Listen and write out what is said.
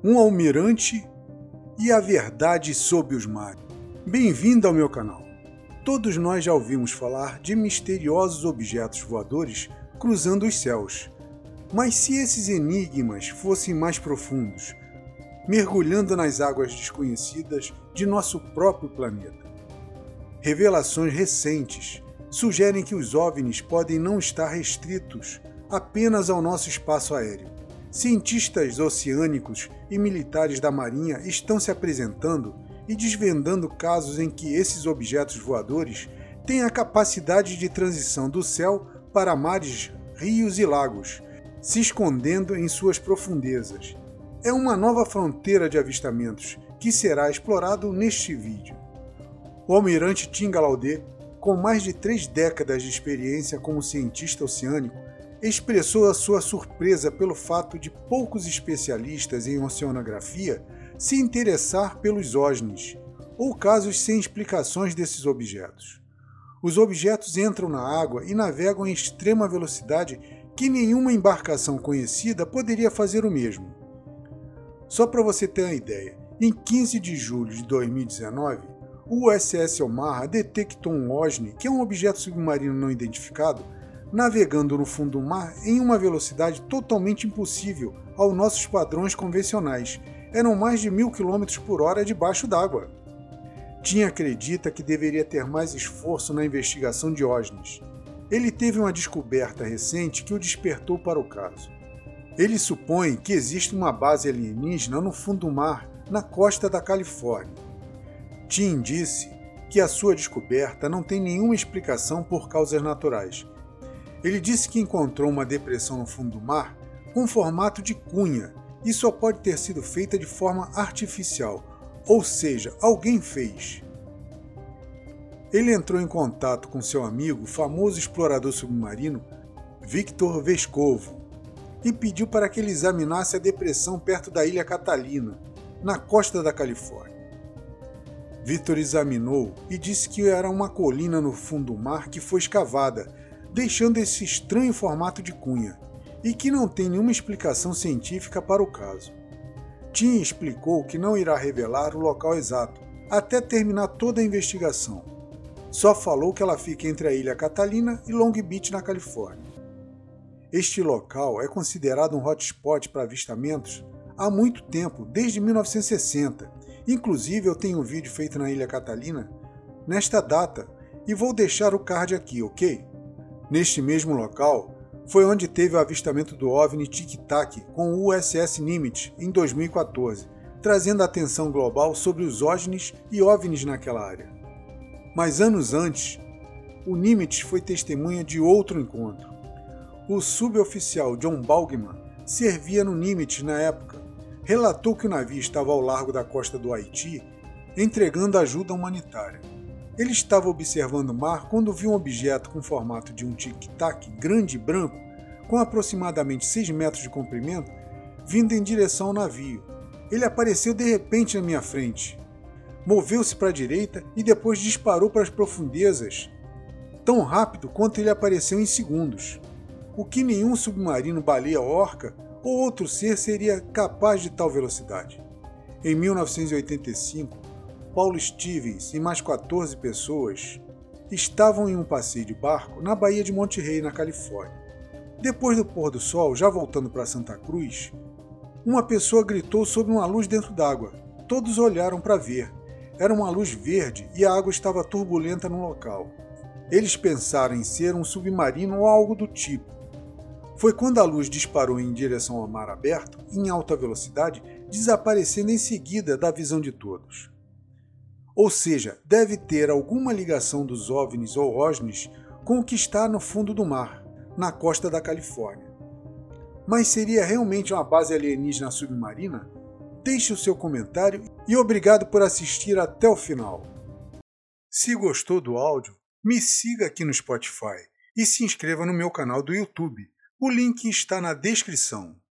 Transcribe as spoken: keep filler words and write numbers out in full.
um almirante e a verdade sob os mares. Bem-vindo ao meu canal. Todos nós já ouvimos falar de misteriosos objetos voadores cruzando os céus. Mas se esses enigmas fossem mais profundos, mergulhando nas águas desconhecidas de nosso próprio planeta? Revelações recentes sugerem que os OVNIs podem não estar restritos apenas ao nosso espaço aéreo. Cientistas oceânicos e militares da Marinha estão se apresentando e desvendando casos em que esses objetos voadores têm a capacidade de transição do céu para mares, rios e lagos, se escondendo em suas profundezas. É uma nova fronteira de avistamentos que será explorado neste vídeo. O almirante Tim Gallaudet, com mais de três décadas de experiência como cientista oceânico, expressou a sua surpresa pelo fato de poucos especialistas em oceanografia se interessar pelos OVNIs, ou casos sem explicações desses objetos. Os objetos entram na água e navegam em extrema velocidade que nenhuma embarcação conhecida poderia fazer o mesmo. Só para você ter uma ideia, em quinze de julho de dois mil e dezenove, o U S S Omaha detectou um OVNI, que é um objeto submarino não identificado, navegando no fundo do mar em uma velocidade totalmente impossível aos nossos padrões convencionais. Eram mais de mil quilômetros por hora debaixo d'água. Tim acredita que deveria ter mais esforço na investigação de OVNIs. Ele teve uma descoberta recente que o despertou para o caso. Ele supõe que existe uma base alienígena no fundo do mar, na costa da Califórnia. Tim disse que a sua descoberta não tem nenhuma explicação por causas naturais. Ele disse que encontrou uma depressão no fundo do mar com formato de cunha e só pode ter sido feita de forma artificial, ou seja, alguém fez. Ele entrou em contato com seu amigo, o famoso explorador submarino Victor Vescovo, e pediu para que ele examinasse a depressão perto da Ilha Catalina, na costa da Califórnia. Victor examinou e disse que era uma colina no fundo do mar que foi escavada, deixando esse estranho formato de cunha, e que não tem nenhuma explicação científica para o caso. Tim explicou que não irá revelar o local exato, até terminar toda a investigação. Só falou que ela fica entre a Ilha Catalina e Long Beach, na Califórnia. Este local é considerado um hotspot para avistamentos há muito tempo, desde mil novecentos e sessenta. Inclusive, eu tenho um vídeo feito na Ilha Catalina nesta data e vou deixar o card aqui, ok? Neste mesmo local foi onde teve o avistamento do OVNI Tic Tac com o U S S Nimitz em dois mil e quatorze, trazendo a atenção global sobre os OVNIs e OVNIs naquela área. Mas anos antes, o Nimitz foi testemunha de outro encontro. O suboficial John Balgman servia no Nimitz na época. Relatou que o navio estava ao largo da costa do Haiti, entregando ajuda humanitária. Ele estava observando o mar quando viu um objeto com formato de um tic-tac grande e branco, com aproximadamente seis metros de comprimento, vindo em direção ao navio. Ele apareceu de repente na minha frente. Moveu-se para a direita e depois disparou para as profundezas, tão rápido quanto ele apareceu em segundos. O que nenhum submarino baleia orca ou outro ser seria capaz de tal velocidade. Em mil novecentos e oitenta e cinco, Paul Stevens e mais quatorze pessoas estavam em um passeio de barco na Baía de Monterey, na Califórnia. Depois do pôr do sol, já voltando para Santa Cruz, uma pessoa gritou sobre uma luz dentro d'água. Todos olharam para ver. Era uma luz verde e a água estava turbulenta no local. Eles pensaram em ser um submarino ou algo do tipo. Foi quando a luz disparou em direção ao mar aberto, em alta velocidade, desaparecendo em seguida da visão de todos. Ou seja, deve ter alguma ligação dos OVNIs ou OSNIs com o que está no fundo do mar, na costa da Califórnia. Mas seria realmente uma base alienígena submarina? Deixe o seu comentário e obrigado por assistir até o final. Se gostou do áudio, me siga aqui no Spotify e se inscreva no meu canal do YouTube. O link está na descrição.